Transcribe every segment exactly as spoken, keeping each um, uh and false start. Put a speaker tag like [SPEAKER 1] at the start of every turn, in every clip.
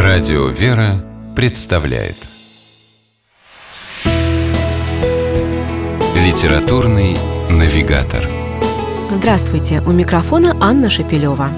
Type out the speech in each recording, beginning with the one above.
[SPEAKER 1] Радио «Вера» представляет Литературный навигатор.
[SPEAKER 2] Здравствуйте, у микрофона Анна Шепелева.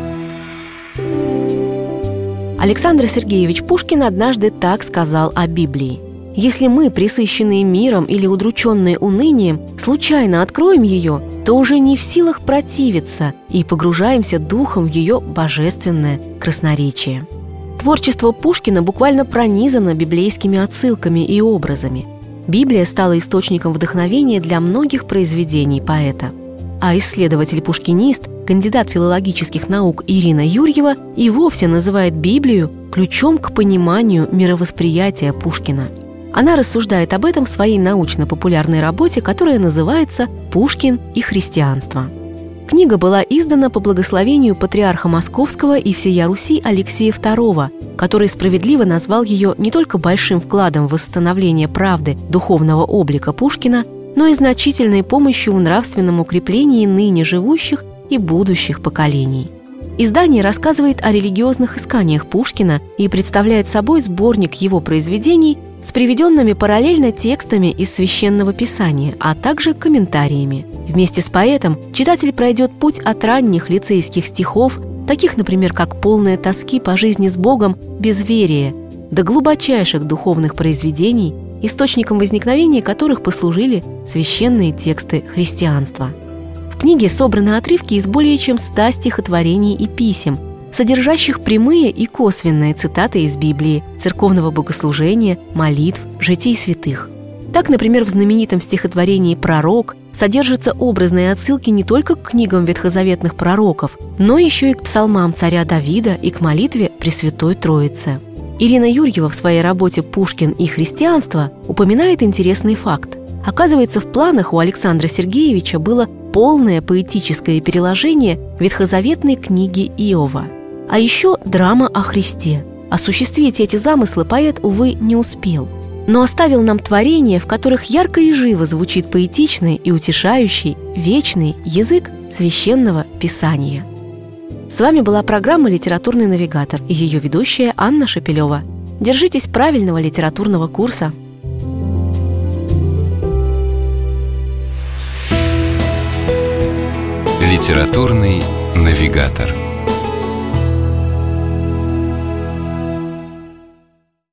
[SPEAKER 2] Александр Сергеевич Пушкин однажды так сказал о Библии: «Если мы, пресыщенные миром или удрученные унынием, случайно откроем ее, то уже не в силах противиться и погружаемся духом в ее божественное красноречие». Творчество Пушкина буквально пронизано библейскими отсылками и образами. Библия стала источником вдохновения для многих произведений поэта. А исследователь-пушкинист, кандидат филологических наук Ирина Юрьева и вовсе называет Библию ключом к пониманию мировосприятия Пушкина. Она рассуждает об этом в своей научно-популярной работе, которая называется «Пушкин и христианство». Книга была издана по благословению патриарха Московского и всея Руси Алексея второго, который справедливо назвал ее не только большим вкладом в восстановление правды духовного облика Пушкина, но и значительной помощью в нравственном укреплении ныне живущих и будущих поколений. Издание рассказывает о религиозных исканиях Пушкина и представляет собой сборник его произведений с приведенными параллельно текстами из Священного Писания, а также комментариями. Вместе с поэтом читатель пройдет путь от ранних лицейских стихов, таких, например, как «Полная тоски по жизни с Богом, безверие», до глубочайших духовных произведений, источником возникновения которых послужили священные тексты христианства. В книге собраны отрывки из более чем ста стихотворений и писем, содержащих прямые и косвенные цитаты из Библии, церковного богослужения, молитв, житий святых. Так, например, в знаменитом стихотворении «Пророк» содержатся образные отсылки не только к книгам ветхозаветных пророков, но еще и к псалмам царя Давида и к молитве Пресвятой Троицы. Ирина Юрьева в своей работе «Пушкин и христианство» упоминает интересный факт. Оказывается, в планах у Александра Сергеевича было полное поэтическое переложение ветхозаветной книги Иова. А еще драма о Христе. Осуществить эти замыслы поэт, увы, не успел, но оставил нам творения, в которых ярко и живо звучит поэтичный и утешающий вечный язык священного писания. С вами была программа «Литературный навигатор» и ее ведущая Анна Шепелева. Держитесь правильного литературного курса.
[SPEAKER 1] Литературный навигатор.